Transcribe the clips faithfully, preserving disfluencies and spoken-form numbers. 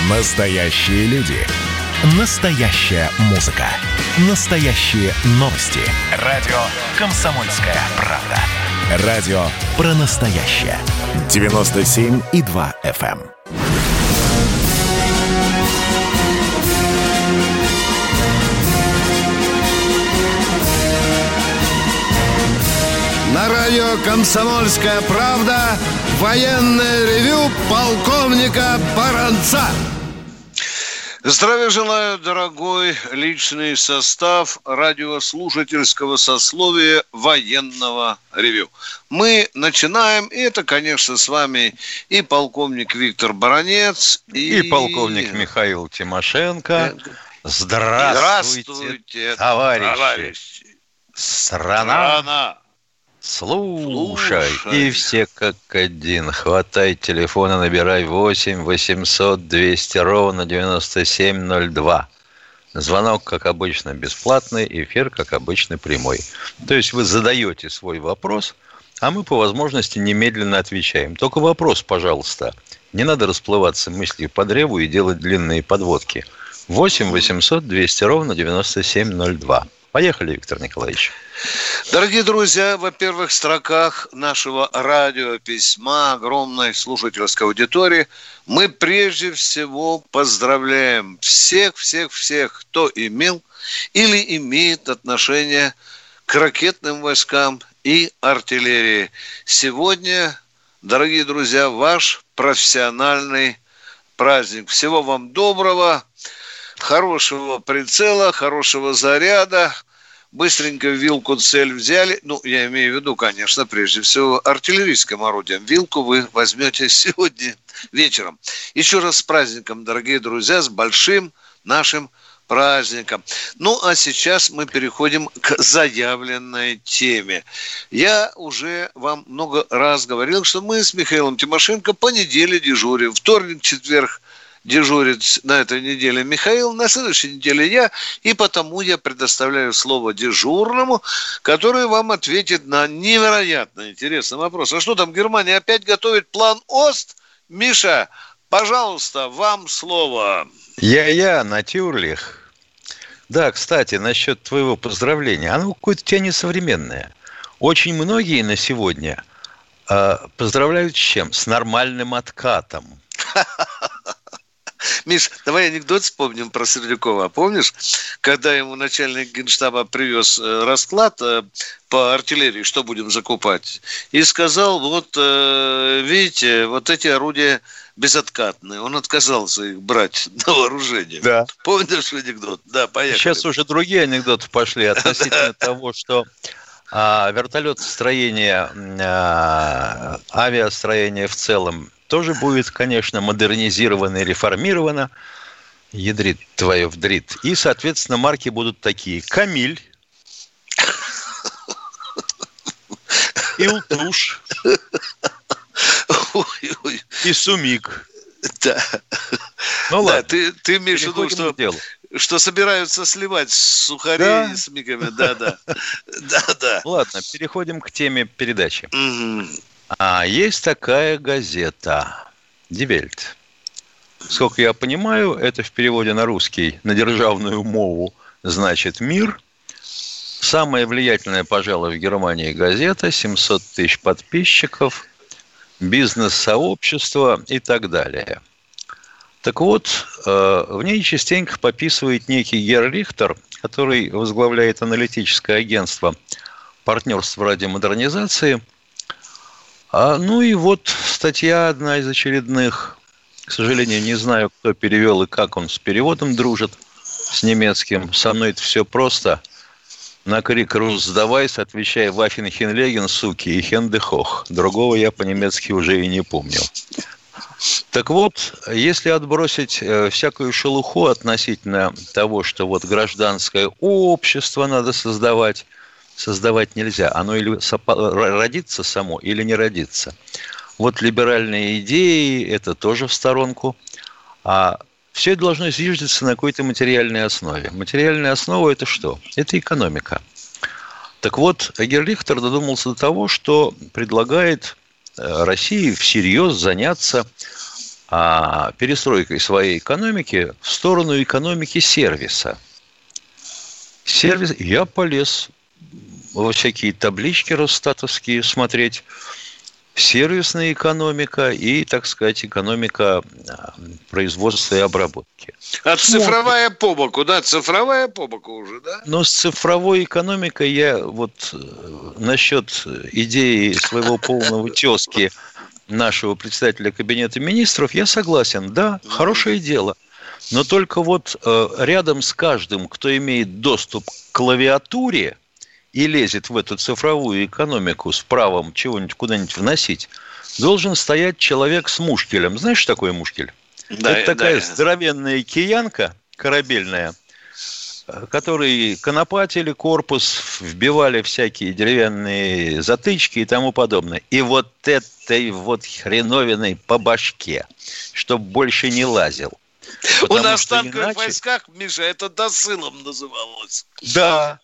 Настоящие люди. Настоящая музыка. Настоящие новости. Радио «Комсомольская правда». Радио про настоящее. девяносто семь и два эф эм. На радио «Комсомольская правда» военное ревю полковника Баранца. Здравия желаю, дорогой личный состав радиослушательского сословия военного ревю. Мы начинаем, и это, конечно, с вами и полковник Виктор Баранец, и, и полковник Михаил Тимошенко. Здравствуйте, Здравствуйте товарищи. товарищи! Страна! Страна. Слушай, Слушай, и все как один. Хватай телефон и набирай восемь восемьсот двести ровно девяносто семь ноль два. Звонок, как обычно, бесплатный, эфир, как обычно, прямой. То есть вы задаете свой вопрос, а мы по возможности немедленно отвечаем. Только вопрос, пожалуйста. Не надо расплываться мыслью по древу и делать длинные подводки. восемь восемьсот двести ровно девяносто семь ноль два. Поехали, Виктор Николаевич. Дорогие друзья, во-первых, в строках нашего радиописьма огромной слушательской аудитории мы прежде всего поздравляем всех-всех-всех, кто имел или имеет отношение к ракетным войскам и артиллерии. Сегодня, дорогие друзья, ваш профессиональный праздник. Всего вам доброго, хорошего прицела, хорошего заряда. Быстренько вилку цель взяли. Ну, я имею в виду, конечно, прежде всего артиллерийским орудием. Вилку вы возьмете сегодня вечером. Еще раз с праздником, дорогие друзья, с большим нашим праздником. Ну, а сейчас мы переходим к заявленной теме. Я уже вам много раз говорил, что мы с Михаилом Тимошенко по неделе дежурим. Вторник, четверг дежурит на этой неделе Михаил, на следующей неделе я, и потому я предоставляю слово дежурному, который вам ответит на невероятно интересный вопрос. А что там, Германия опять готовит план ОСТ? Миша, пожалуйста, вам слово. Я-я, натюрлих. Да, кстати, насчет твоего поздравления. Оно какое-то у тебя несовременное. Очень многие на сегодня э, поздравляют с чем? С нормальным откатом. Миш, давай анекдот вспомним про Сердюкова. Помнишь, когда ему начальник генштаба привез расклад по артиллерии, что будем закупать, и сказал, вот, видите, вот эти орудия безоткатные. Он отказался их брать на вооружение. Да. Помнишь анекдот? Да, поехали. Сейчас уже другие анекдоты пошли относительно того, что а, вертолетостроение, а, авиастроение в целом тоже будет, конечно, модернизировано и реформировано. Ядрит твое вдрит. И, соответственно, марки будут такие. Камиль. Илтуш. И Сумик. Да. Ну ладно. Да, ты, ты имеешь в виду, что, что собираются сливать сухарей, да, с мигами. Да, да. Да, да. Ладно, переходим к теме передачи. Угу. А есть такая газета «Die Welt». Сколько я понимаю, это в переводе на русский, на державную мову, значит «Мир». Самая влиятельная, пожалуй, в Германии газета, семьсот тысяч подписчиков, бизнес-сообщество и так далее. Так вот, в ней частенько пописывает некий Герр Рихтер, который возглавляет аналитическое агентство партнерства ради модернизации. А, ну и вот статья одна из очередных. К сожалению, не знаю, кто перевел и как он с переводом дружит, с немецким. Со мной это все просто. На крик «Рус, сдавайся», отвечая «Вафен Хенлеген, суки» и «Хендехох». Другого я по-немецки уже и не помню. Так вот, если отбросить э, всякую шелуху относительно того, что вот гражданское общество надо создавать, создавать нельзя. Оно или родится само, или не родится. Вот либеральные идеи, это тоже в сторонку. А все это должно зиждиться на какой-то материальной основе. Материальная основа – это что? Это экономика. Так вот, Герр Рихтер додумался до того, что предлагает России всерьез заняться а перестройкой своей экономики в сторону экономики сервиса. Сервис. Я полез во всякие таблички росстатовские смотреть. Сервисная экономика и, так сказать, экономика производства и обработки. А цифровая по боку, да? Цифровая по боку уже, да? Но с цифровой экономикой я вот насчет идеи своего полного тезки нашего председателя Кабинета Министров я согласен. Да, хорошее дело. Но только вот рядом с каждым, кто имеет доступ к клавиатуре и лезет в эту цифровую экономику с правом чего-нибудь куда-нибудь вносить, должен стоять человек с мушкелем. Знаешь, что такое мушкель? Да, это такая да. здоровенная киянка корабельная, которой конопатили корпус, вбивали всякие деревянные затычки и тому подобное. И вот этой вот хреновиной по башке, чтоб больше не лазил. Потому У нас в танковых иначе... войсках, Миша, это досылом называлось. Да.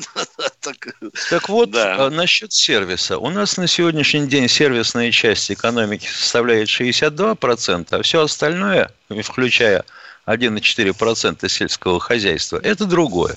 Так вот, да. насчет сервиса. У нас на сегодняшний день сервисная часть экономики составляет шестьдесят два процента, а все остальное, включая один целых четыре десятых процента сельского хозяйства, это другое.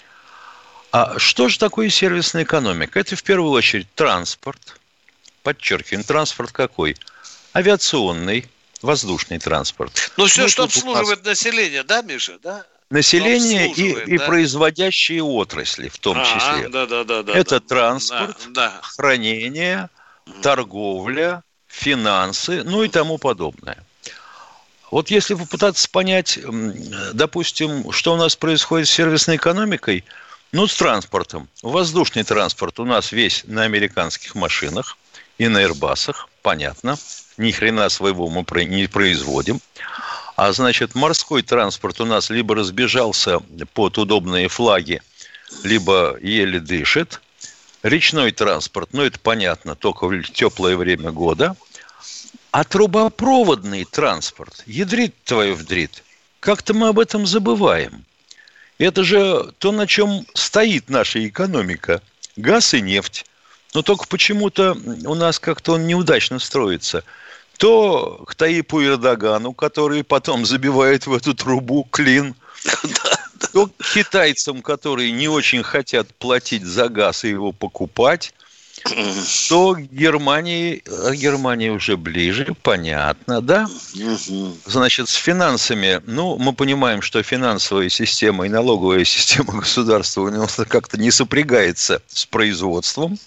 А что же такое сервисная экономика? Это в первую очередь транспорт. Подчеркиваем, транспорт какой? Авиационный, воздушный транспорт. Ну, все, ну, что обслуживает нас... население, да, Миша, да? Население и, да? и производящие отрасли в том а, числе. Да, да, да, да, Это да, транспорт, да, да. хранение, торговля, финансы, ну и тому подобное. Вот если попытаться понять, допустим, что у нас происходит с сервисной экономикой, ну, с транспортом. Воздушный транспорт у нас весь на американских машинах и на Airbus'ах, понятно. Ни хрена своего мы не производим. А значит, морской транспорт у нас либо разбежался под удобные флаги, либо еле дышит. Речной транспорт, ну, это понятно, только в теплое время года. А трубопроводный транспорт, ядрит твою вдрит, как-то мы об этом забываем. Это же то, на чем стоит наша экономика. Газ и нефть. Но только почему-то у нас как-то он неудачно строится. То к Таипу Эрдогану, который потом забивает в эту трубу клин, то к китайцам, которые не очень хотят платить за газ и его покупать, то к Германии, а Германия уже ближе, понятно, да? Значит, с финансами, ну, мы понимаем, что финансовая система и налоговая система государства у него как-то не сопрягается с производством,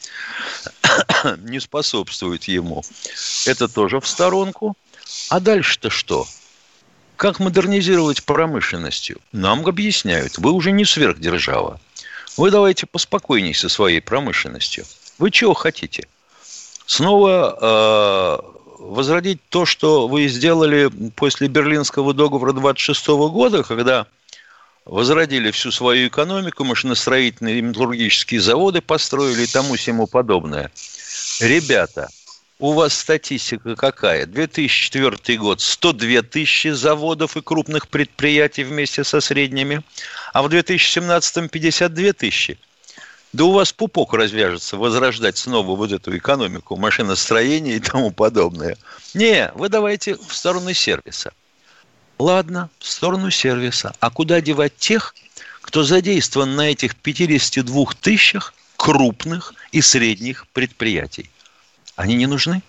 не способствует ему. Это тоже в сторонку. А дальше-то что? Как модернизировать промышленностью? Нам объясняют, вы уже не сверхдержава. Вы давайте поспокойней со своей промышленностью. Вы чего хотите? Снова э, возродить то, что вы сделали после Берлинского договора двадцать шестого года, когда возродили всю свою экономику, машиностроительные и металлургические заводы построили и тому сему подобное. Ребята, у вас статистика какая? две тысячи четвёртый год сто две тысячи заводов и крупных предприятий вместе со средними, а в две тысячи семнадцатом пятьдесят две тысячи. Да у вас пупок развяжется возрождать снова вот эту экономику, машиностроение и тому подобное. Не, вы давайте в сторону сервиса. Ладно, в сторону сервиса. А куда девать тех, кто задействован на этих пятидесяти двух тысячах крупных и средних предприятий? Они не нужны?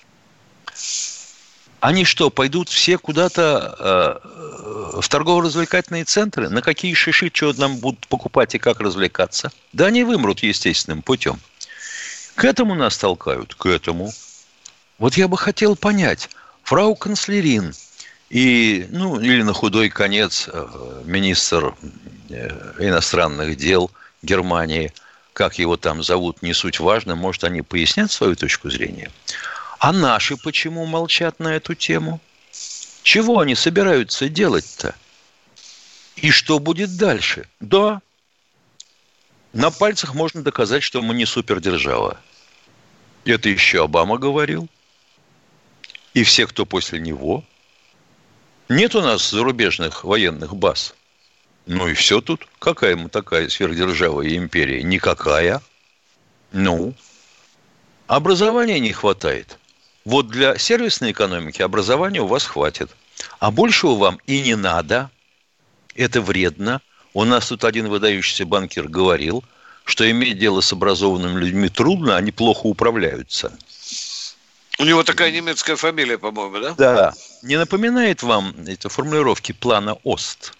Они что, пойдут все куда-то э, в торгово-развлекательные центры? На какие шиши, что нам будут покупать и как развлекаться? Да они вымрут естественным путем. К этому нас толкают, к этому. Вот я бы хотел понять, фрау канцлерин и, ну, или на худой конец э, министр э, иностранных дел Германии, как его там зовут, не суть важно, может, они пояснят свою точку зрения. А наши почему молчат на эту тему? Чего они собираются делать-то? И что будет дальше? Да, на пальцах можно доказать, что мы не супердержава. Это еще Обама говорил. И все, кто после него. Нет у нас зарубежных военных баз. Ну и все тут. Какая мы такая сверхдержава и империя? Никакая. Ну, образования не хватает. Вот для сервисной экономики образования у вас хватит. А большего вам и не надо. Это вредно. У нас тут один выдающийся банкир говорил, что иметь дело с образованными людьми трудно, они плохо управляются. У него такая немецкая фамилия, по-моему, да? Да. Не напоминает вам эти формулировки плана ОСТ?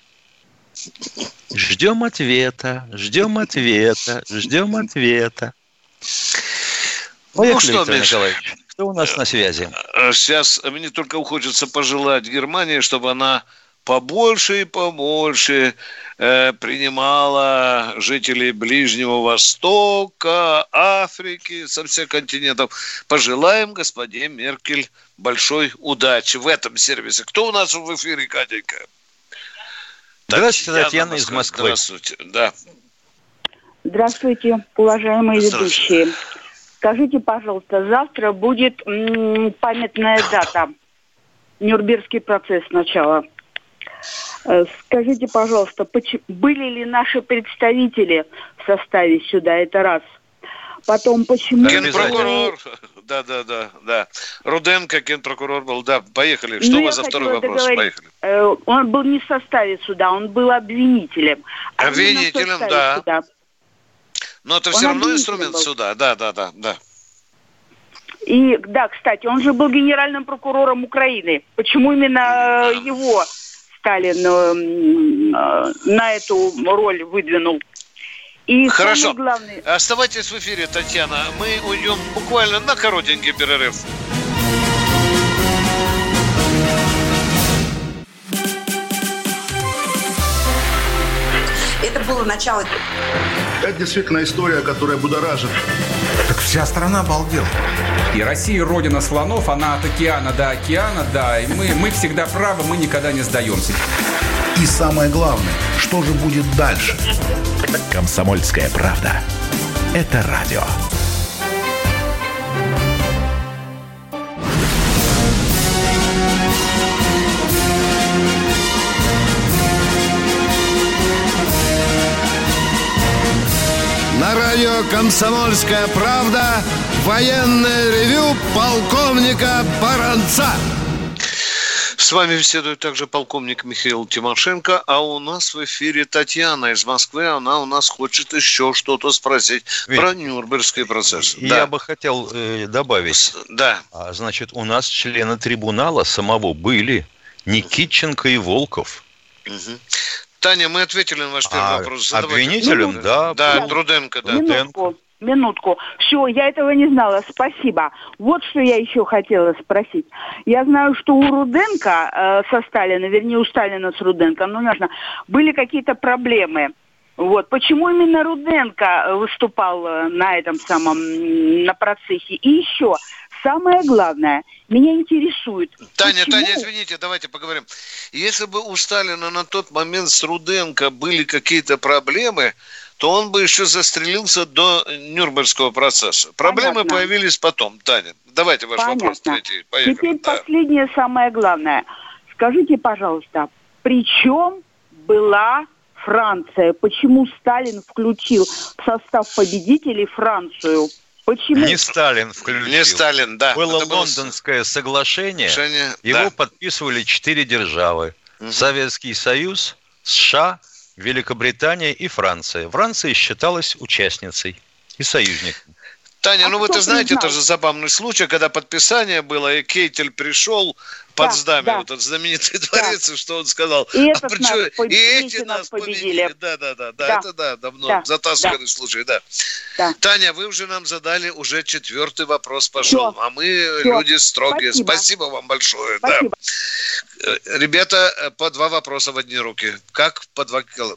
Ждем ответа, ждем ответа, ждем ответа. Поехали, ну что, Виктор Миша, Николаевич, кто у нас на связи? Сейчас мне только хочется пожелать Германии, чтобы она побольше и побольше э, принимала жителей Ближнего Востока, Африки, со всех континентов. Пожелаем господине Меркель большой удачи в этом сервисе. Кто у нас в эфире, Катенька? Здравствуйте, Татьяна из Москвы. Здравствуйте, да. Здравствуйте, уважаемые Здравствуйте. ведущие. Скажите, пожалуйста, завтра будет м, памятная дата. Нюрнбергский процесс сначала. Э, Скажите, пожалуйста, поч- были ли наши представители в составе сюда? Это раз. Потом, почему... Генпрокурор, да, да, да, да. Руденко, генпрокурор был, да, поехали. Что Ну, у вас я за второй хотела вопрос? договорить. Поехали. Э, Он был не в составе суда, он был обвинителем. А именно в Обвинителем, составе да. суда. Но это Он все равно обвинителем инструмент был. суда, да, да, да, да. И, да, кстати, он же был генеральным прокурором Украины. Почему именно э, его Сталин э, э, на эту роль выдвинул? И Хорошо. самое главное... Оставайтесь в эфире, Татьяна. Мы уйдем буквально на коротенький перерыв. Это было начало. Это действительно история, которая будоражит. Так вся страна обалдела. И Россия родина слонов, она от океана до океана, да, и мы, мы всегда правы, мы никогда не сдаемся. И самое главное, что же будет дальше? «Комсомольская правда». Это радио. На радио «Комсомольская правда» военное ревю полковника Баранца. С вами беседует также полковник Михаил Тимошенко, а у нас в эфире Татьяна из Москвы. Она у нас хочет еще что-то спросить Ведь про Нюрнбергский процесс. Я Да. бы хотел э, добавить. Да. А, значит, у нас члены трибунала самого были Никитченко и Волков. Угу. Таня, мы ответили на ваш первый А вопрос. Задавайте. обвинителем, Ну, да, Да, был. Труденко, да. Минутку, минутку. Все, я этого не знала, спасибо. Вот что я еще хотела спросить. Я знаю, что у Руденко э, со Сталина, вернее, у Сталина с Руденко, ну, неважно, были какие-то проблемы. Вот. Почему именно Руденко выступал э, на этом самом, м, на процессе? И еще, самое главное, меня интересует... Таня, почему... Таня, извините, давайте поговорим. Если бы у Сталина на тот момент с Руденко были какие-то проблемы, то он бы еще застрелился до Нюрнбергского процесса. Проблемы Понятно. появились потом. Таня, давайте ваш Понятно. вопрос третий. Поехали. Теперь Да. последнее, самое главное. Скажите, пожалуйста, при чем была Франция? Почему Сталин включил в состав победителей Францию? Почему? Не Сталин включил. Не Сталин, да. Было Это было Лондонское соглашение. решение, Его да. подписывали четыре державы. Мгм. Советский Союз, США, Великобритания и Франция. Франция считалась участницей и союзником. Таня, А ну вы кто это знаете, признал? это же забавный случай, когда подписание было, и Кейтель пришел Да, под знамя, да. вот этот знаменитый дворец, и что он сказал? И а этот при нас чём- побед- и эти эти нас нас победили. победили. Да, да, да, да, Да. это да, давно Да, затасканный да. случай, да. Да. Таня, вы уже нам задали уже четвертый вопрос пошел, Всё. а мы Всё. люди строгие. Спасибо. Спасибо вам большое. Спасибо. Да. Э, Ребята, э, по два вопроса в одни руки. Как по два кило?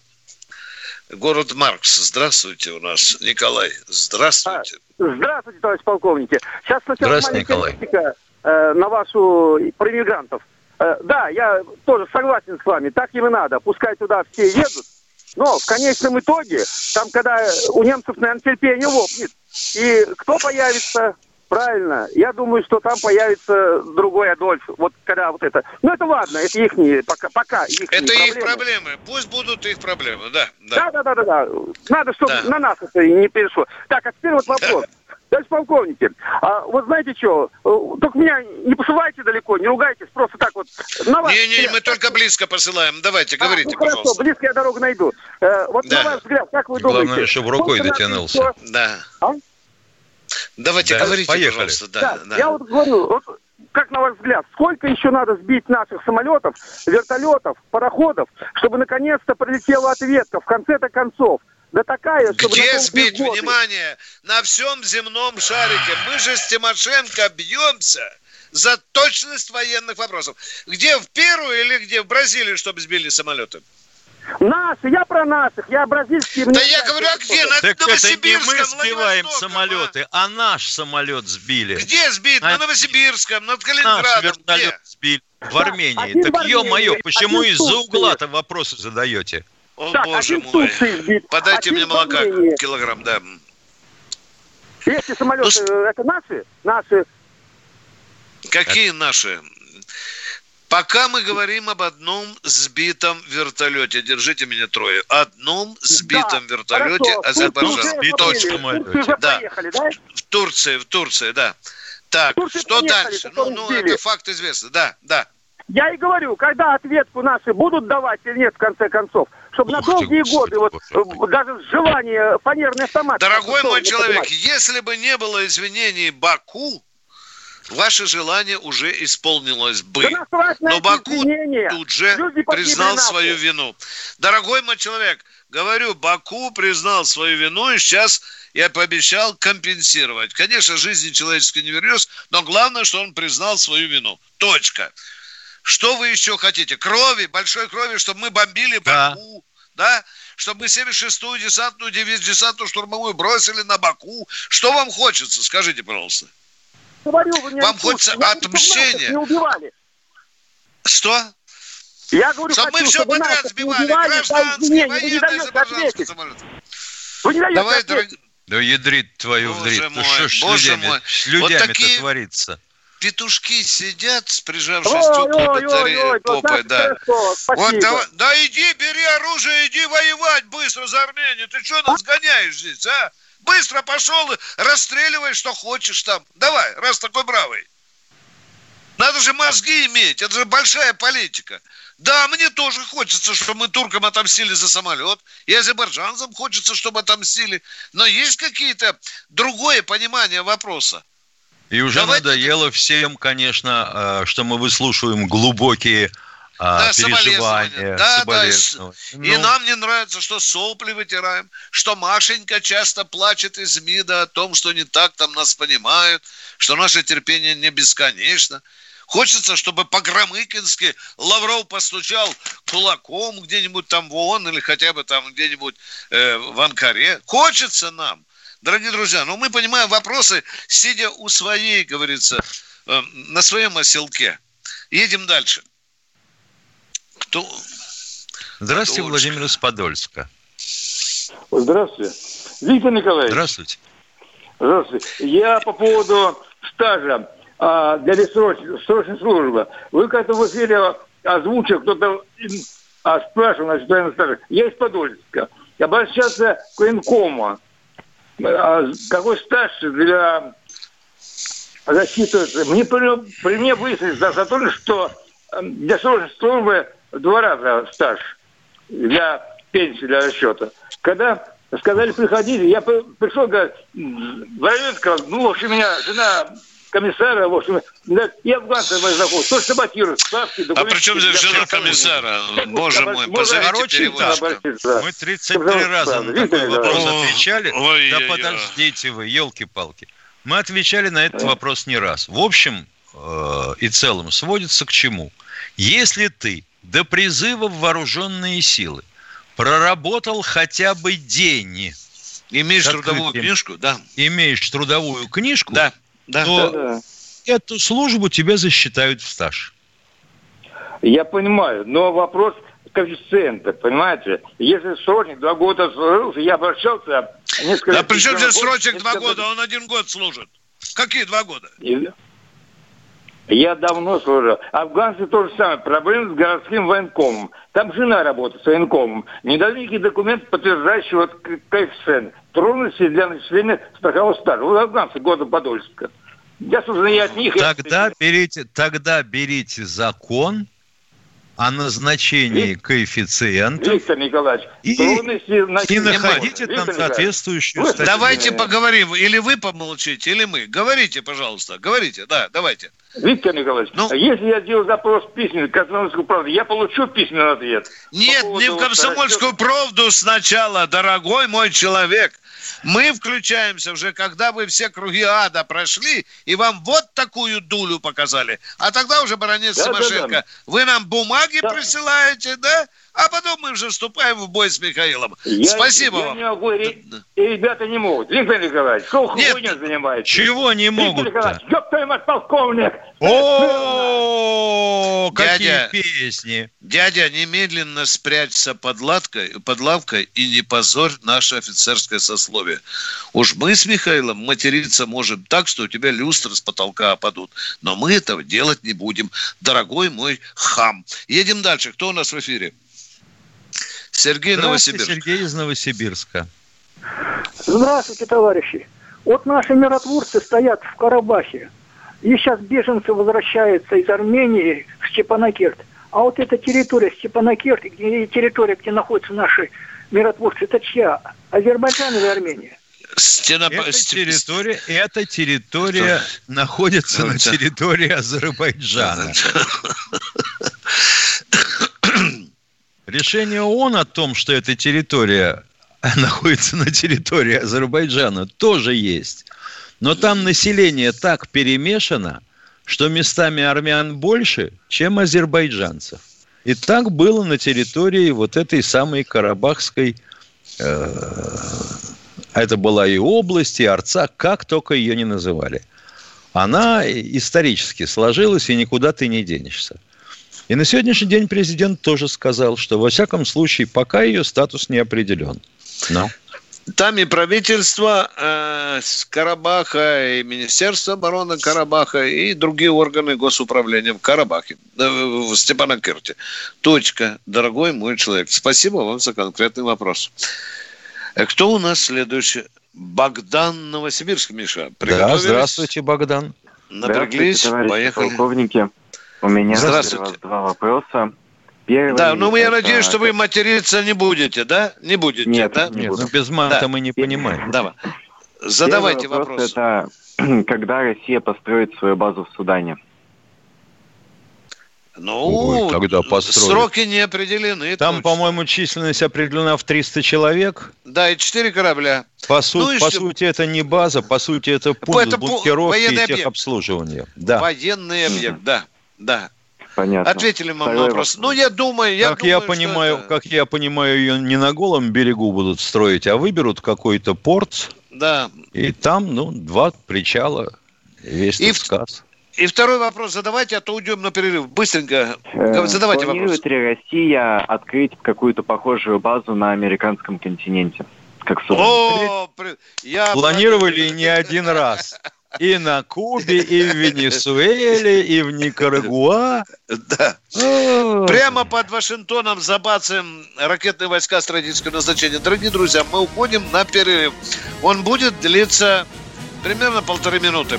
Город Маркс. Здравствуйте у нас, Николай. Здравствуйте. Здравствуйте, товарищ полковники. Сейчас сначала Здравствуйте, маленькая Николай. реплика, э, на вашу про иммигрантов. Э, да, я тоже согласен с вами. Так им и надо. Пускай туда все едут. Но в конечном итоге, там, когда у немцев, наверное, терпение лопнет, и кто появится? Правильно. Я думаю, что там появится другой Адольф. Вот когда вот это. Ну, это ладно, это их пока, пока их Это проблемы. их проблемы. Пусть будут их проблемы, да. Да. Да, да, да, да, да. Надо, чтобы Да. на нас это не перешло. Так, а теперь вот вопрос. Товарищ полковники, а вот знаете что, только меня не посылайте далеко, не ругайтесь, просто так вот. Не-не, мы только близко посылаем. Давайте, а, говорите, ну, хорошо, пожалуйста. Близко я дорогу найду. Э, вот да. на ваш взгляд, как вы думаете? Главное, чтобы рукой дотянулся. Да. А? Давайте, да, говорите, поехали. Пожалуйста. Да, да, да. Я вот говорю, вот, как на ваш взгляд, сколько еще надо сбить наших самолетов, вертолетов, пароходов, чтобы наконец-то прилетела ответка в конце-то концов? Да такая, чтобы... Где сбить? Внимание! На всем земном шарике. Мы же с Тимошенко бьемся за точность военных вопросов. Где, в Перу или где? В Бразилии, чтобы сбили самолеты? Наши, я про наших, я бразильские... Да я говорю, а где? На так Новосибирском, это не мы сбиваем самолеты, а? а наш самолет сбили. Где сбит? На, на Новосибирском, над Калининградом. Наш вертолет где? сбили в Армении. Да, так ё-моё, почему из-за угла-то стоит. вопросы задаете? О, так, боже мой. Подайте мне молока килограмм, да. Эти самолеты, ну, это наши? Наши. Какие наши? Пока мы говорим об одном сбитом вертолете. Держите меня трое. Одном сбитом да, вертолете Азербайджана. Точка. Да. Поехали, да? В Турции, в Турции, да. Так, что дальше? Ну, ну это факт известный. Да, да. Я и говорю, когда ответку наши будут давать или нет, в конце концов, чтобы Ух на долгие ты, годы, вот, Господи. даже желание фанерный автомат... Дорогой мой человек, понимать. если бы не было извинений Баку, ваше желание уже исполнилось бы. Да но Баку извинения. тут же Люди признал свою вину. Дорогой мой человек, говорю, Баку признал свою вину, и сейчас я пообещал компенсировать. Конечно, жизни человеческой не вернешь, но главное, что он признал свою вину. Точка. Что вы еще хотите? Крови, большой крови, чтобы мы бомбили Баку, да? да? Чтобы мы семьдесят шестую десантную дивизию, десантную штурмовую бросили на Баку. Что вам хочется? Скажите, пожалуйста. Говорю, вы вам хочется я отмщения? Не убивали. Что? Я говорю, чтобы хочу, мы все чтобы подряд сбивали. убивали, гражданские, военные, азербайджанские самолеты. Вы не даете Давай, ответить. дорог... Да ядрит твою вдрит. Ну что ж с людьми-то людьми такие... творится? Петушки сидят, прижавшись теплой батареей попой, да. Вот, давай, да иди, бери оружие, иди воевать быстро за Армению. Ты что нас гоняешь здесь, а? Быстро пошел и расстреливай, что хочешь там. Давай, раз такой бравый. Надо же мозги иметь, это же большая политика. Да, мне тоже хочется, чтобы мы туркам отомстили за самолет, и азербайджанцам хочется, чтобы отомстили. Но есть какие-то другое понимание вопроса. И уже Давайте... надоело всем, конечно, что мы выслушиваем глубокие да, переживания. Да, да. И, ну... и нам не нравится, что сопли вытираем, что Машенька часто плачет из МИДа о том, что не так там нас понимают, что наше терпение не бесконечно. Хочется, чтобы по-громыкински Лавров постучал кулаком где-нибудь там в ООН или хотя бы там где-нибудь э, в Анкаре. Хочется нам. Дорогие друзья, ну мы понимаем вопросы, сидя у своей, говорится, э, на своем оселке. Едем дальше. Кто? Здравствуйте, Кто Владимир из Подольска. Здравствуйте. Виктор Николаевич. Здравствуйте. Здравствуйте. Я по поводу стажа а, для бессрочной срочной службы. Вы как-то в эфире озвучили, кто-то а, спрашивал, значит, военный стаж. Я из Подольска. Обращаться к военкому. А какой стаж для защиты? Мне при, при мне выяснилось за, за то, что для срочной службы два раза стаж для пенсии, для расчета. Когда сказали, приходите, я пришел, говорит, военкого, ну, в общем, меня жена комиссара, в общем, и афганцы мои знакомые, тоже саботируют, справки, документы. А при чем здесь жена комиссара? Боже мой, позовите переводчика. Мы тридцать три раза на такой вопрос отвечали. Да подождите вы, елки-палки. Мы отвечали на этот вопрос не раз. В общем и целом сводится к чему? Если ты до призыва в вооруженные силы проработал хотя бы день, имеешь трудовую книжку, да, имеешь трудовую книжку, да. Да, то да, да. эту службу тебе засчитают в стаж. Я понимаю, но вопрос коэффициента, понимаете? Если срочник два года служил, я обращался... Несколько да при чем здесь срочник два года? Он один год служит. Какие два года? Я давно служил. Афганцы то же самое. Проблемы с городским военкомом. Там жена работает с военкомом. Не дали никаких документов, подтверждающих вот коэффициент. трудности для начисления страхового стажа. У афганцев года Подольска. Я, собственно, и от них... Тогда берите, тогда берите закон о назначении Вик... коэффициентов. Виктор Николаевич, и, и находите там соответствующую статью. Давайте поговорим. Или вы помолчите, или мы. Говорите, пожалуйста. Говорите, да, давайте. Виктор Николаевич, ну, если я сделаю запрос письменный в «Комсомольскую правду», я получу письменный ответ? Нет, не в «Комсомольскую правду» сначала, дорогой мой человек. Мы включаемся уже, когда вы все круги ада прошли, и вам вот такую дулю показали. А тогда уже, баронец да, Тимошенко, да, да. вы нам бумаги да. присылаете, да? А потом мы уже вступаем в бой с Михаилом. Я, Спасибо я вам. Не могу, и ребята не могут. Виктор Николаевич, что хуйня занимаетесь? Чего не могут? Виктор Николаевич, ёб твою мать, полковник! О, какие песни! Дядя, немедленно спрячься под лавкой, под лавкой и не позорь наше офицерское сословие. Уж мы с Михаилом материться можем так, что у тебя люстры с потолка опадут. Но мы этого делать не будем. Дорогой мой хам. Едем дальше. Кто у нас в эфире? Сергей Новосибирск. Сергей из Новосибирска. Здравствуйте, товарищи. Вот наши миротворцы стоят в Карабахе. И сейчас беженцы возвращаются из Армении в Степанакерт. А вот эта территория Степанакерт, где территория, где находятся наши миротворцы, это чья? Азербайджан или Армения? Стена... Эта территория, эта территория находится это... на территории Азербайджана. Решение ООН о том, что эта территория находится на территории Азербайджана, тоже есть. Но там население так перемешано, что местами армян больше, чем азербайджанцев. И так было на территории вот этой самой Карабахской, э, это была и область, и Арцах, как только ее не называли. Она исторически сложилась, и никуда ты не денешься. И на сегодняшний день президент тоже сказал, что во всяком случае пока ее статус не определен. Но. Там и правительство э, с Карабаха, и Министерство обороны Карабаха, и другие органы госуправления в Карабахе, э, в Степанакерте. Точка, дорогой мой человек. Спасибо вам за конкретный вопрос. Кто у нас следующий? Богдан Новосибирск, Миша. Да, здравствуйте, Богдан. Напряглись, здравствуйте, поехали. Полковники. У меня для вас два вопроса. Первый, да, ну я это... надеюсь, что вы материться не будете, да? Не будете, нет, да? Не нет, буду. Ну, без мата да. мы не понимаем. Давай. Задавайте Первый вопрос. вопрос. Это когда Россия построит свою базу в Судане? Ну, Ой, тогда построят. Сроки не определены. Там, точно. по-моему, численность определена в триста человек. Да, и четыре корабля. По, су- ну, по что... сути, это не база, по сути, это пункт это блокировки и объект. техобслуживания. Да. Военный объект, да, да. Понятно. Ответили вам на вопрос. Ну, я думаю, я как думаю, я понимаю, это... как я понимаю, ее не на голом берегу будут строить, а выберут какой-то порт. Да. И там, ну, два причала, весь и тот в... сказ. И второй вопрос задавайте, а то уйдем на перерыв. Быстренько задавайте вопрос. Планирует ли Россия открыть какую-то похожую базу на американском континенте? Как О, я Планировали не один раз. И на Кубе, и в Венесуэле, и в Никарагуа. Да. О. Прямо под Вашингтоном забацаем ракетные войска стратегического назначения. Дорогие друзья, мы уходим на перерыв. Он будет длиться примерно полторы минуты.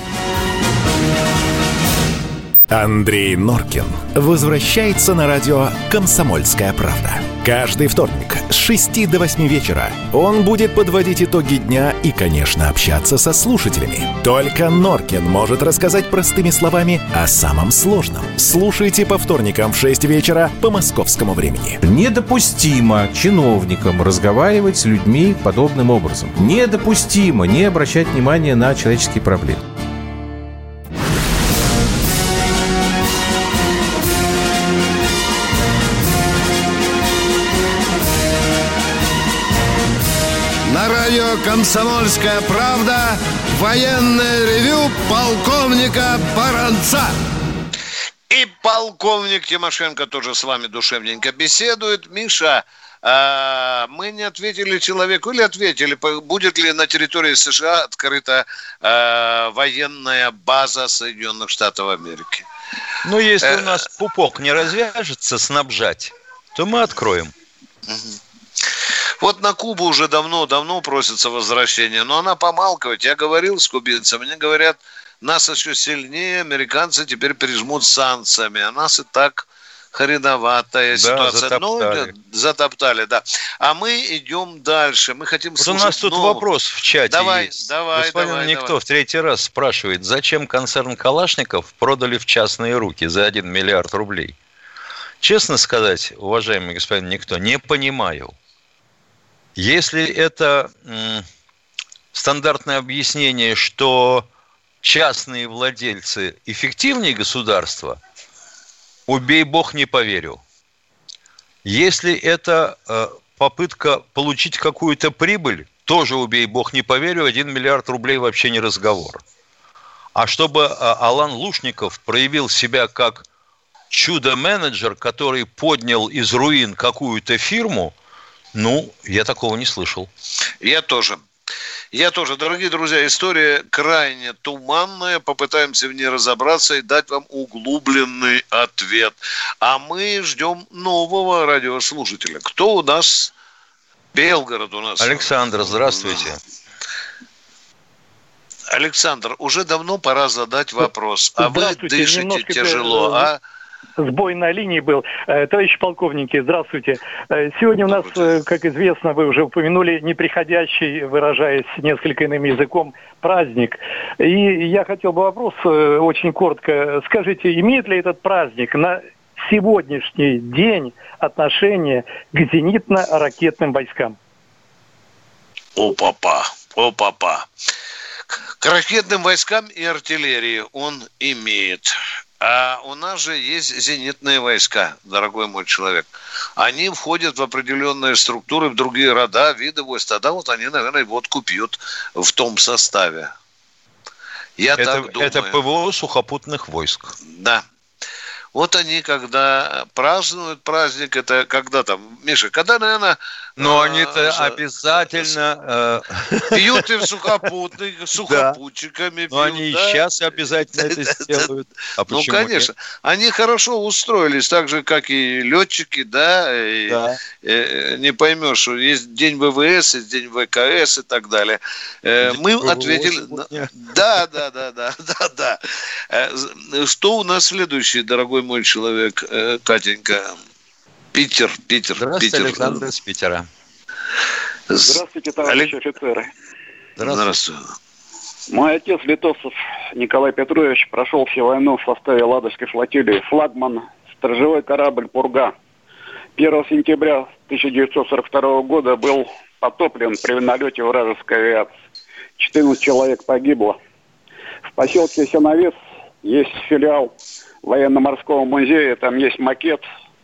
Андрей Норкин возвращается на радио «Комсомольская правда». Каждый вторник с шести до восьми вечера он будет подводить итоги дня и, конечно, общаться со слушателями. Только Норкин может рассказать простыми словами о самом сложном. Слушайте по вторникам в шесть вечера по московскому времени. Недопустимо чиновникам разговаривать с людьми подобным образом. Недопустимо не обращать внимания на человеческие проблемы. На радио «Комсомольская правда» военное ревю полковника Баранца. И полковник Тимошенко тоже с вами душевненько беседует. Миша, э, мы не ответили человеку, или ответили, будет ли на территории США открыта э, военная база Соединенных Штатов Америки? Ну, если э, у нас пупок не развяжется снабжать, то мы откроем. Вот на Кубу уже давно-давно просится возвращение, но она помалкивает. Я говорил с кубинцами, мне говорят, нас еще сильнее американцы теперь прижмут санкциями, а нас и так хреноватая да, ситуация. Затоптали. Ну, затоптали, да. А мы идем дальше. Мы хотим вот слушать... у нас тут новых... вопрос в чате давай, есть. Давай, Господин давай, Никто давай. в третий раз спрашивает, зачем концерн Калашников продали в частные руки за один миллиард рублей? Честно сказать, уважаемый господин Никто, не понимаю. Если это м, стандартное объяснение, что частные владельцы эффективнее государства, убей бог, не поверю. Если это э, попытка получить какую-то прибыль, тоже убей бог, не поверю, один миллиард рублей вообще не разговор. А чтобы э, Алан Лушников проявил себя как чудо-менеджер, который поднял из руин какую-то фирму, ну, я такого не слышал. Я тоже. Я тоже. Дорогие друзья, история крайне туманная. Попытаемся в ней разобраться и дать вам углубленный ответ. А мы ждем нового радиослушателя. Кто у нас? Белгород у нас. Александр, здравствуйте. Александр, уже давно пора задать вопрос. А вы дышите тяжело, а? Сбой на линии был. Товарищи полковники, здравствуйте. Сегодня у нас, как известно, вы уже упомянули, неприходящий, выражаясь несколько иным языком, праздник. И я хотел бы вопрос очень коротко. Скажите, имеет ли этот праздник на сегодняшний день отношение к зенитно-ракетным войскам? О, папа, о, папа. К ракетным войскам и артиллерии он имеет. А у нас же есть зенитные войска, дорогой мой человек. Они входят в определенные структуры, в другие рода, виды войск. Тогда вот они, наверное, водку пьют в том составе. Я это, так думаю. Это ПВО сухопутных войск. Да. Вот они, когда празднуют праздник, это когда там, Миша, когда, наверное... Но э, они-то за... обязательно... Э... Пьют и в сухопутных, сухопутчиками пьют. Но они и сейчас обязательно это сделают. А ну, конечно. Они хорошо устроились, так же, как и летчики, да, и, да. И, не поймешь, что есть день ВВС, есть день ВКС и так далее. День Мы ВВС ответили... Сегодня. Да, да, да, да, да, да. Что у нас следующий, дорогой мой человек, Катенька? Питер, Питер, Здравствуйте, Питер. Александр из Питера. Здравствуйте, товарищи Олег... офицеры. Здравствуйте. Мой отец Литовцев Николай Петрович прошел всю войну в составе Ладожской флотилии. Флагман, сторожевой корабль «Пурга». первого сентября тысяча девятьсот сорок второго года был потоплен при налете вражеской авиации. четырнадцать человек погибло. В поселке Сеновец есть филиал военно-морского музея, там есть макет,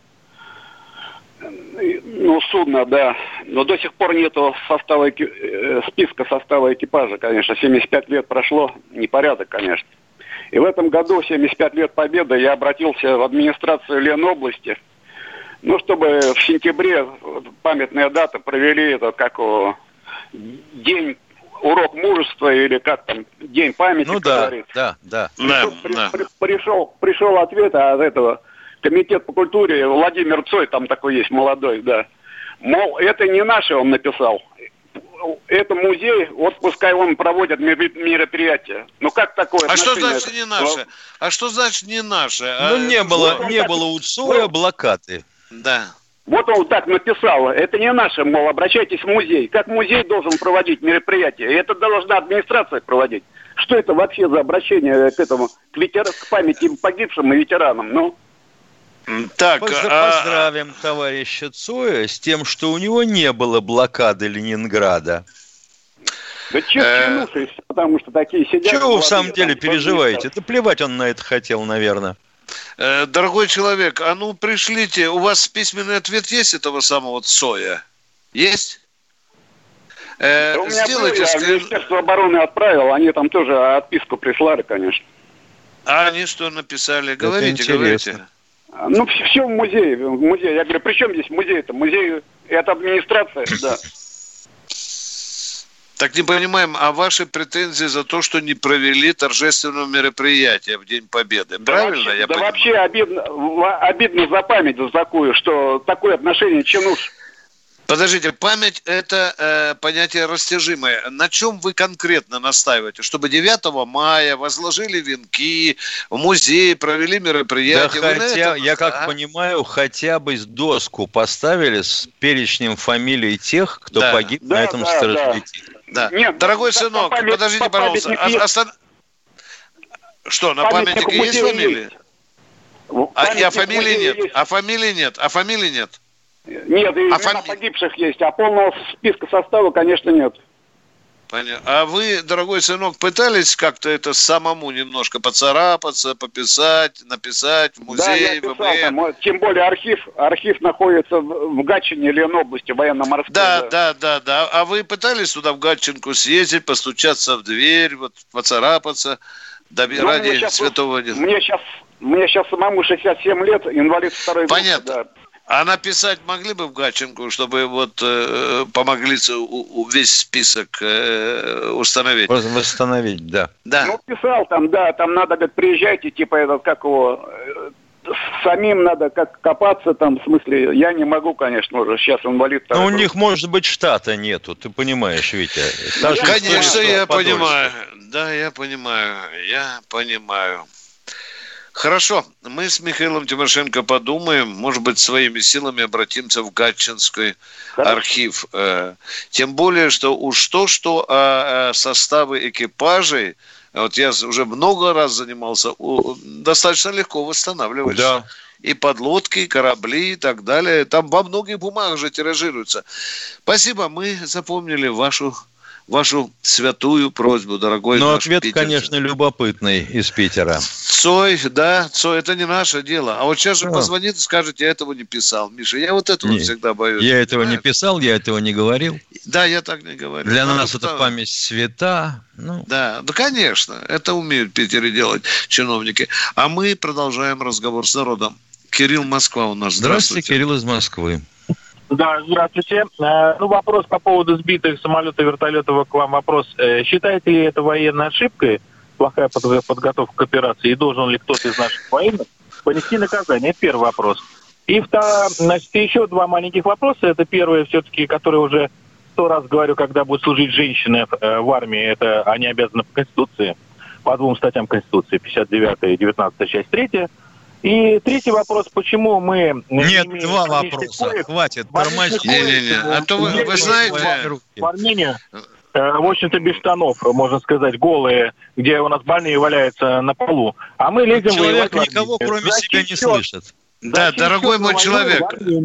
ну, судно, да, но до сих пор нету состава, списка состава экипажа, конечно, семьдесят пять лет прошло, непорядок, конечно. И в этом году, семьдесят пять лет Победы, я обратился в администрацию Ленобласти, ну, чтобы в сентябре, памятная дата, провели это, как о, день, урок мужества или как там, день памяти, ну, как да, говорится. да, да, да. При, да. При, пришел, пришел ответ от этого комитет по культуре, Владимир Цой, там такой есть молодой, да. Мол, это не наше, он написал. Это музей, вот пускай он проводит мероприятия. Ну как такое? А что значит не наше? А что значит не наше? Ну не было, вот не так... было у Цоя блокады. Да. Вот он так написал. Это не наше, мол, обращайтесь в музей. Как музей должен проводить мероприятия? И это должна администрация проводить. Что это вообще за обращение к этому, к, ветер... к памяти погибшим и ветеранам? Ну. Так, поздравим а... товарища Цоя с тем, что у него не было блокады Ленинграда. Да чё тянусь, потому что такие сидят... Чего вы в самом деле переживаете? Да плевать он на это хотел, наверное. Дорогой человек, а ну пришлите, у вас письменный ответ есть этого самого Цоя? Есть? Да у меня Сделайте был, я скрин... Министерство обороны отправил, они там тоже отписку прислали, конечно. А они что написали? Говорите, говорите. Ну, все, все в музее, в музее. Я говорю, при чем здесь музей-то? Музей – это администрация, да. Так не понимаем, а ваши претензии за то, что не провели торжественного мероприятия в День Победы, да правильно вообще, я да понимаю? Вообще обидно, обидно за память за такую, что такое отношение чинуш. Подождите, память – это э, понятие растяжимое. На чем вы конкретно настаиваете? Чтобы девятого мая возложили венки, в музее провели мероприятие? Да, хотя, это... я как а? понимаю, хотя бы доску поставили с перечнем фамилий тех, кто да. погиб да, на этом да, Сторожевике. Да. Да. Нет, дорогой сынок, память, подождите, пожалуйста. А, остан... Что, на памятнике, памятнике есть фамилии? А, а фамилии нет. Есть. А фамилии нет. А фамилии нет. Нет, и а фами... фами... погибших есть, а полного списка состава, конечно, нет. Понятно. А вы, дорогой сынок, пытались как-то это самому немножко поцарапаться, пописать, написать в музее? Да, я писал, там, тем более архив, архив находится в, в Гатчине, Ленобласти, военно-морской. Да, да, да, да, да. А вы пытались туда в Гатчинку съездить, постучаться в дверь, вот поцарапаться, да, ну, ради сейчас, святого дела? Мне сейчас, мне сейчас самому шестьдесят семь лет, инвалид второй группы. Понятно. Да. А написать могли бы в Гатчинку, чтобы вот э, помогли у, у весь список э, установить? Восстановить, да. да. Ну, писал там, да, там надо, говорит, приезжайте, типа, этот, как его, э, самим надо как копаться там, в смысле, я не могу, конечно, уже, сейчас инвалид. Но у группы. Них, может быть, штата нету, ты понимаешь, Витя. Ну, конечно, я подольше. понимаю, да, я понимаю, я понимаю. Хорошо, мы с Михаилом Тимошенко подумаем, может быть, своими силами обратимся в Гатчинский Хорошо. архив. Тем более, что уж то-что а составы экипажей, вот я уже много раз занимался, достаточно легко восстанавливаются. Да. И подлодки, и корабли, и так далее. Там во многих бумагах же тиражируются. Спасибо, мы запомнили вашу... вашу святую просьбу, дорогой Но наш ответ, питерцы. конечно, любопытный из Питера. Цой, да, Цой, это не наше дело. А вот сейчас же позвонит и скажет, я этого не писал. Миша, я вот этого не, всегда боюсь. Я этого не писал, я этого не говорил. Да, я так не говорю. Для а нас это память свята. Ну. Да, да, конечно, это умеют в Питере делать чиновники. А мы продолжаем разговор с народом. Кирилл, Москва у нас. Здравствуйте, Здравствуйте Кирилл из Москвы. Да, здравствуйте. Ну, вопрос по поводу сбитых самолетов и вертолетов к вам вопрос. Считаете ли это военной ошибкой, плохая подготовка к операции, и должен ли кто-то из наших военных понести наказание? Это первый вопрос. И второй, значит, еще два маленьких вопроса. Это первое, все-таки, который уже сто раз говорю, когда будут служить женщины в армии, это они обязаны по Конституции, по двум статьям Конституции, пятьдесят девятая и девятнадцатая, часть третья. И третий вопрос, почему мы... Нет, не два вопроса, коек, хватит, тормозить. Не-не-не, а то вы, вы знаете... В Армении, в общем-то, без штанов, можно сказать, голые, где у нас больные валяются на полу. А мы лезем человек воевать никого, кроме Зачем себя, не слышит. Да, Зачем дорогой мой человек.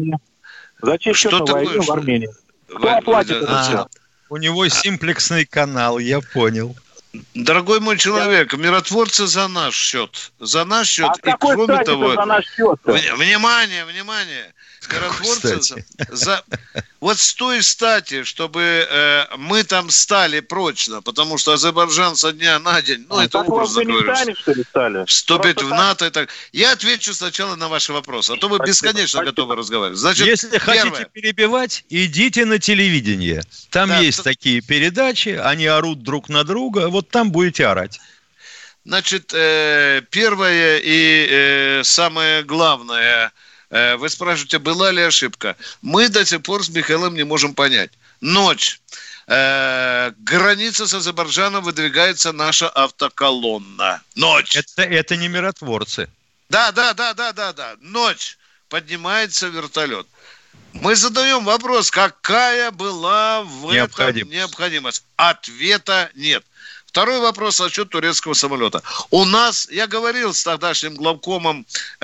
Зачем что ты воюем в Армении? Кто вы, оплатит это все? У него симплексный канал, я понял. Дорогой мой человек, миротворцы за наш счет. За наш счет. А и кроме того... За наш счет? Внимание, внимание. Миротворцы за, за... Вот с той стати, чтобы э, мы там стали прочно, потому что Азербайджан со дня на день, ну, а это образно говорю, вступить Просто в НАТО и так. Я отвечу сначала на ваши вопросы, а то вы Спасибо. бесконечно Спасибо. готовы разговаривать. Значит, Если первое. хотите перебивать, идите на телевидение. Там да, есть то... такие передачи, они орут друг на друга, вот там будете орать. Значит, э, первое и э, самое главное... Вы спрашиваете, была ли ошибка? Мы до сих пор с Михаилом не можем понять. Ночь. Э, граница с Азербайджаном выдвигается наша автоколонна. Ночь. Это, это не миротворцы. Да, да, да, да, да, да. Ночь. Поднимается вертолет. Мы задаем вопрос, какая была в этом необходимость? Ответа нет. Второй вопрос насчет турецкого самолета. У нас, я говорил с тогдашним главкомом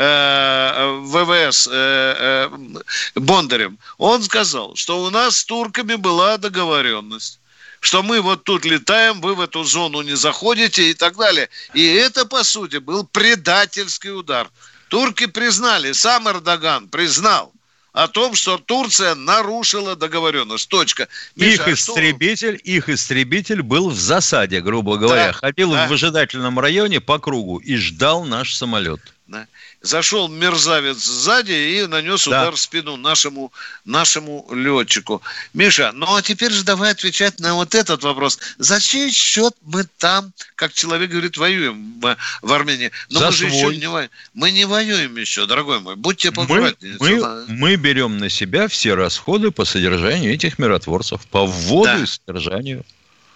э, ВВС э, э, Бондарем, он сказал, что у нас с турками была договоренность, что мы вот тут летаем, вы в эту зону не заходите и так далее. И это, по сути, был предательский удар. Турки признали, сам Эрдоган признал о том, что Турция нарушила договоренность. Точка. Миша, их истребитель, что... их истребитель был в засаде, грубо говоря. Да, Ходил да. в выжидательном районе по кругу и ждал наш самолет. Да. Зашел мерзавец сзади и нанес Да. удар в спину нашему, нашему летчику. Миша, ну а теперь же давай отвечать на вот этот вопрос. За чей счет мы там, как человек говорит, воюем в, в Армении? Но За мы же свой. еще не воюем. Мы не воюем еще, дорогой мой. Будьте Мы, поаккуратнее. мы, мы берем на себя все расходы по содержанию этих миротворцев, по вводу Да. и содержанию.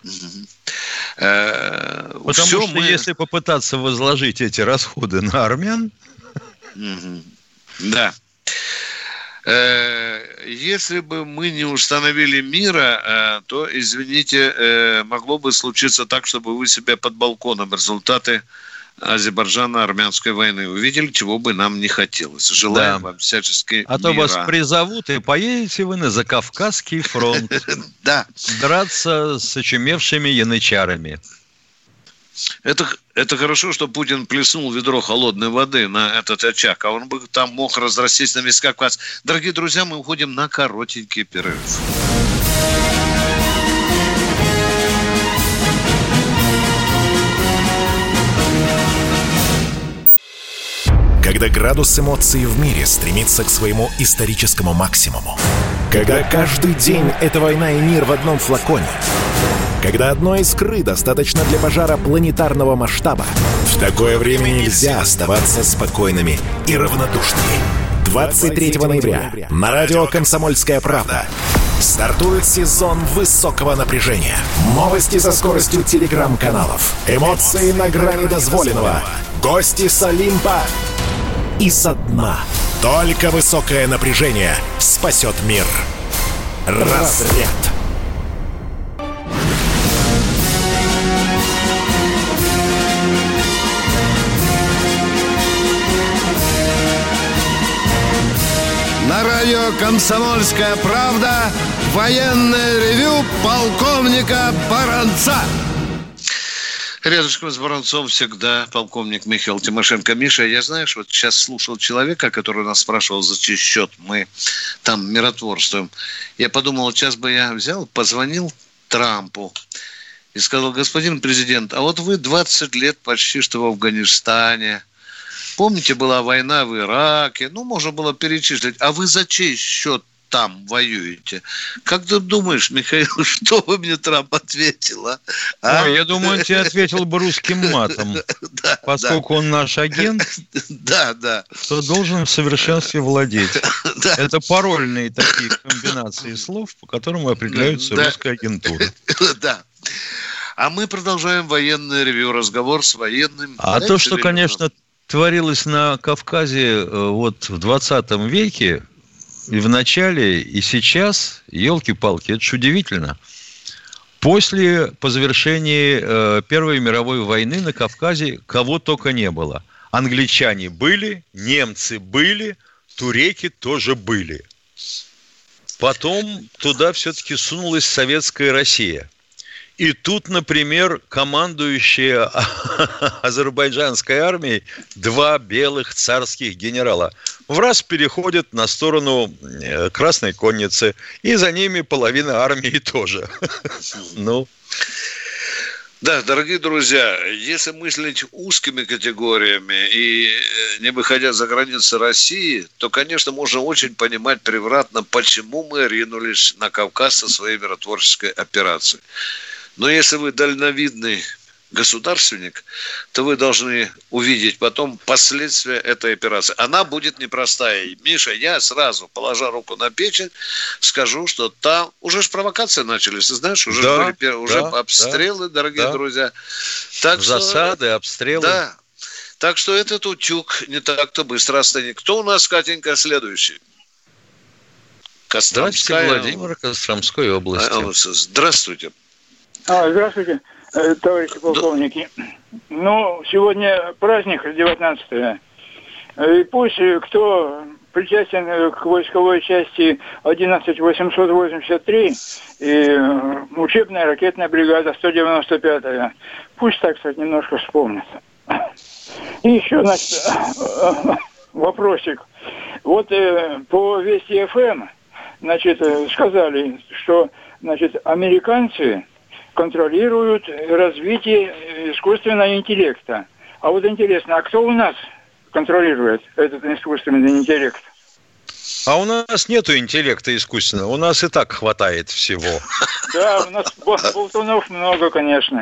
Э, Потому всё что мы- если попытаться возложить эти расходы на армян, Мгм. Да. Э, Если бы мы не установили мира, э, то, извините, э, могло бы случиться так, чтобы вы себя под балконом результаты Азербайджано-армянской войны увидели, чего бы нам не хотелось. Желаем Да. вам всячески а то мира. вас призовут, и поедете вы на Закавказский фронт Да. драться с очумевшими янычарами. Это, это хорошо, что Путин плеснул ведро холодной воды на этот очаг, а он бы там мог разрастись на весь Кавказ. Дорогие друзья, мы уходим на коротенький перерыв. Когда градус эмоций в мире стремится к своему историческому максимуму. Когда каждый день — это война и мир в одном флаконе. Когда одной искры достаточно для пожара планетарного масштаба. В такое время нельзя оставаться спокойными и равнодушными. двадцать третьего ноября на радио «Комсомольская правда» стартует сезон высокого напряжения. Новости со скоростью телеграм-каналов. Эмоции на грани дозволенного. Гости с Олимпа и со дна. Только высокое напряжение спасет мир. Разряд. На радио «Комсомольская правда» военное ревю полковника Баранца. Рядышком с Баранцом всегда полковник Михаил Тимошенко. Миша, я, знаешь, вот сейчас слушал человека, который нас спрашивал, за чей счет мы там миротворствуем. Я подумал, сейчас бы я взял, позвонил Трампу и сказал: господин президент, а вот вы двадцать лет почти что в Афганистане. Помните, была война в Ираке, ну, можно было перечислить. А вы за чей счет там воюете? Как ты думаешь, Михаил, что бы мне Трамп ответил, а? а? Ой, я думаю, он тебе ответил бы русским матом. Да, Поскольку да. он наш агент, Да, да. то должен в совершенстве владеть. Да. Это парольные такие комбинации слов, по которым определяются Да. русская агентура. Да. А мы продолжаем военное ревью, разговор с военным. А то, что, конечно, творилось на Кавказе э, вот в двадцатом веке, и в начале, и сейчас, елки-палки, это ж удивительно. После, по завершении э, Первой мировой войны на Кавказе кого только не было. Англичане были, немцы были, туреки тоже были. Потом туда все-таки сунулась советская Россия. И тут, например, командующие азербайджанской армией два белых царских генерала в раз переходят на сторону Красной Конницы, и за ними половина армии тоже. Ну... Да, дорогие друзья, если мыслить узкими категориями и не выходя за границы России, то, конечно, можно очень понимать превратно, почему мы ринулись на Кавказ со своей миротворческой операцией. Но если вы дальновидный государственник, то вы должны увидеть потом последствия этой операции. Она будет непростая. И, Миша, я сразу, положа руку на печень, скажу, что там уже ж провокации начались, ты знаешь, уже, да, были пер... уже да, обстрелы, да, дорогие да. друзья. Так Засады, что... обстрелы. Да. Так что этот утюг не так-то быстро остынет. Кто у нас, Катенька, следующий? Костромская. Здравствуйте, Владимир, Костромской области. Здравствуйте. А, здравствуйте, товарищи полковники. Ну, сегодня праздник, девятнадцатое. И пусть кто причастен к войсковой части одиннадцать восемьсот восемьдесят три и учебная ракетная бригада сто девяносто пятая, пусть, так сказать, немножко вспомнят. И еще, значит, вопросик. Вот э, по Вести эф эм, значит, сказали, что, значит, американцы контролируют развитие искусственного интеллекта. А вот интересно, а кто у нас контролирует этот искусственный интеллект? А у нас нету интеллекта искусственного, у нас и так хватает всего. Да, у нас болтунов много, конечно.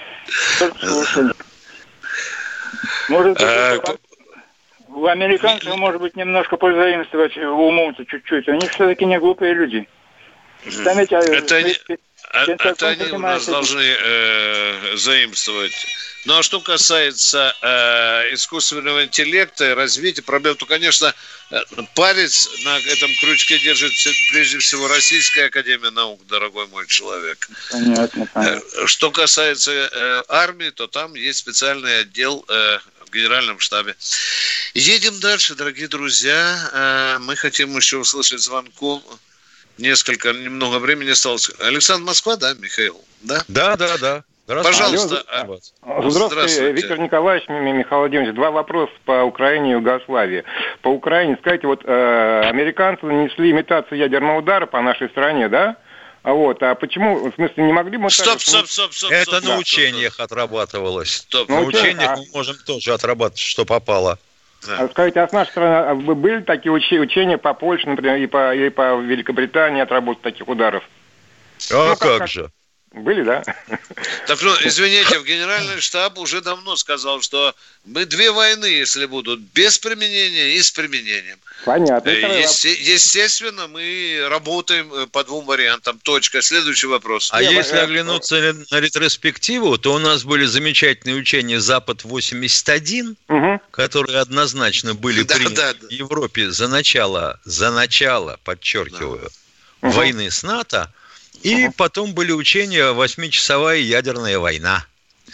Может быть, у американцев, может быть, немножко позаимствовать умом-то чуть-чуть. Они все-таки не глупые люди. Заметьте, это они, это они у нас должны э, заимствовать. Ну, а что касается э, искусственного интеллекта и развития проблем, то, конечно, палец на этом крючке держит прежде всего Российская академия наук, дорогой мой человек. Понятно, понятно. Что касается э, армии, то там есть специальный отдел э, в Генеральном штабе. Едем дальше, дорогие друзья. Э, мы хотим еще услышать звонков. Несколько, немного времени осталось. Александр, Москва, да, Михаил? Да, да, да. да. Пожалуйста. Алло, здравствуйте, Здравствуйте, Виктор Николаевич, Михаил Владимирович. Два вопроса по Украине и Югославии. По Украине, скажите, вот э, американцы нанесли имитацию ядерного удара по нашей стране, да? А вот, а почему, в смысле, не могли мы... Стоп, стоп, стоп, стоп. Это стоп, на стоп, учениях стоп. отрабатывалось. Стоп. На ну, учениях а... мы можем тоже отрабатывать, что попало. Да. Скажите, а с нашей стороны были такие учения по Польше, например, и по, и по Великобритании отработать таких ударов? А ну, как, как, как же? Были, да? Так, ну, извините, в Генеральный штаб уже давно сказал, что мы две войны, если будут, без применения и с применением. Понятно. Есте- естественно, мы работаем по двум вариантам. Точка. Следующий вопрос. А Я если я... оглянуться на ретроспективу, то у нас были замечательные учения «Запад-восемьдесят один», угу. которые однозначно были да, приняты да, да. в Европе за начало, за начало, подчеркиваю, да. войны с НАТО. И угу. потом были учения «Восьмичасовая ядерная война».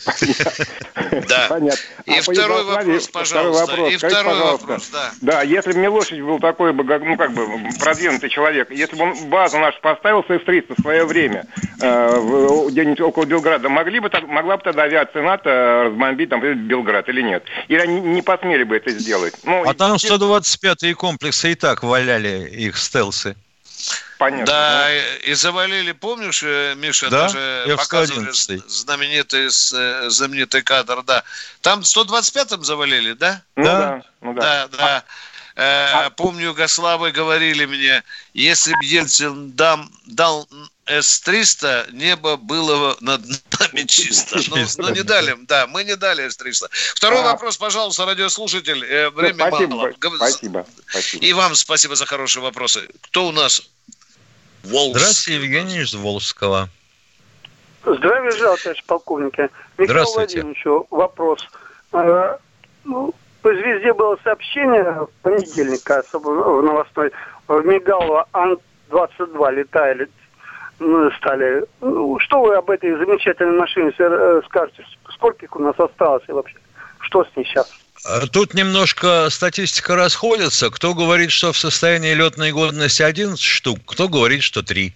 Да. Понятно. И а второй вопрос, пожалуйста. Второй вопрос. И Скажите, второй пожалуйста. вопрос, да. Да, если бы Милошевич был такой, ну, как бы, продвинутый человек, если бы он базу нашу поставил с эс триста в свое время, э, где-нибудь около Белграда, могли бы, могла бы тогда авиация НАТО разбомбить, там, Белград или нет? Или они не посмели бы это сделать? Ну, а там сто двадцать пятые комплексы и так валяли их стелсы. Понятно. Да, и завалили, помнишь, Миша, да? даже показывали знаменитый, знаменитый кадр, да. Там сто двадцать пятым завалили, да? Ну да. Ну, да, да. да. А... Э, помню, югославы говорили мне, если бы Ельцин дам, дал эс триста, небо было над нами чисто. Но, но не дали, да, мы не дали эс триста. Второй а... вопрос, пожалуйста, радиослушатель. Э, время спасибо, мало. Спасибо, спасибо. И вам спасибо за хорошие вопросы. Кто у нас? Волжский. Здравствуйте, Евгений из Волжского. Здравия желаю, товарищ полковник. Михаил Владимировичу вопрос. А, ну, по «Звезде» было сообщение в понедельник, особо в новостной, в Мигалово Ан двадцать два летали, ну, стали. Ну, что вы об этой замечательной машине скажете? Сколько их у нас осталось и вообще? Что с ней сейчас? Тут немножко статистика расходится. Кто говорит, что в состоянии летной годности одиннадцать штук, кто говорит, что три.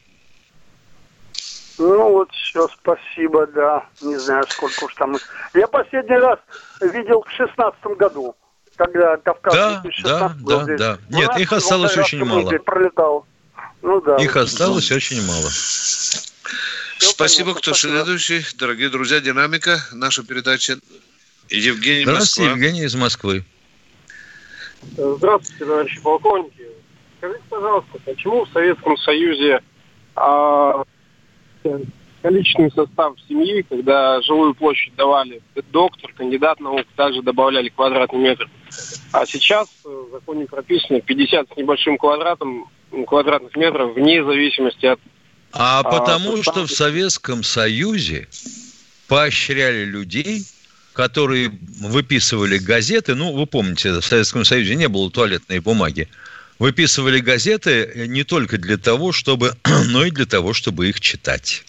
Ну вот все, спасибо, да. Не знаю, сколько уж там. Я последний раз видел в шестнадцатом году, когда Кавказ да, да, был да, здесь. Да. Нет, их осталось очень мало. Пролетал. Ну да. Их осталось да. очень мало. Спасибо, понятно, кто спасибо. Следующий. Дорогие друзья, динамика. Наша передача. Евгений, Здравствуйте, Москва. Евгений из Москвы. Здравствуйте, товарищи полковники. Скажите, пожалуйста, почему в Советском Союзе а, количественный состав семьи, когда жилую площадь давали доктор, кандидат наук, также добавляли квадратный метр, а сейчас в законе прописано пятьдесят с небольшим квадратом, квадратных метров вне зависимости от... А, а потому состава... что в Советском Союзе поощряли людей, которые выписывали газеты, ну, вы помните, в Советском Союзе не было туалетной бумаги, выписывали газеты не только для того, чтобы, но и для того, чтобы их читать.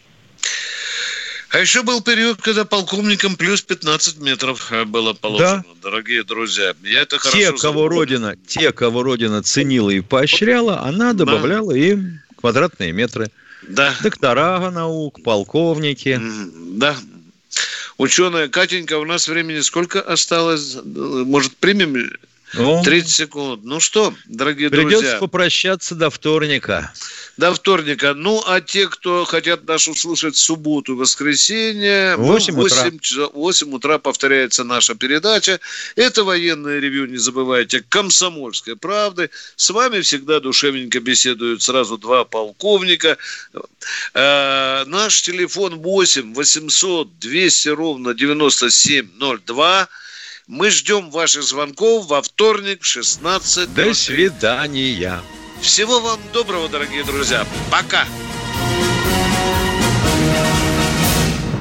А еще был период, когда полковникам плюс пятнадцать метров было положено, да? Дорогие друзья. Я это те, хорошо кого родина, те, кого Родина ценила и поощряла, она добавляла да. им квадратные метры. Да. Доктора наук, полковники. Да. Ученая Катенька, у нас времени сколько осталось? Может, примем Ну, тридцать секунд. Ну что, дорогие придется друзья. попрощаться до вторника. До вторника. Ну, а те, кто хотят нас услышать в субботу и воскресенье, восемь утра. восемь утра повторяется наша передача. Это военное ревью, не забывайте, «Комсомольской правды». С вами всегда душевненько беседуют сразу два полковника. Э, наш телефон восемь восемьсот двести ровно девяносто семь ноль два. Мы ждем ваших звонков во вторник в шестнадцать ноль три. До свидания. Всего вам доброго, дорогие друзья. Пока.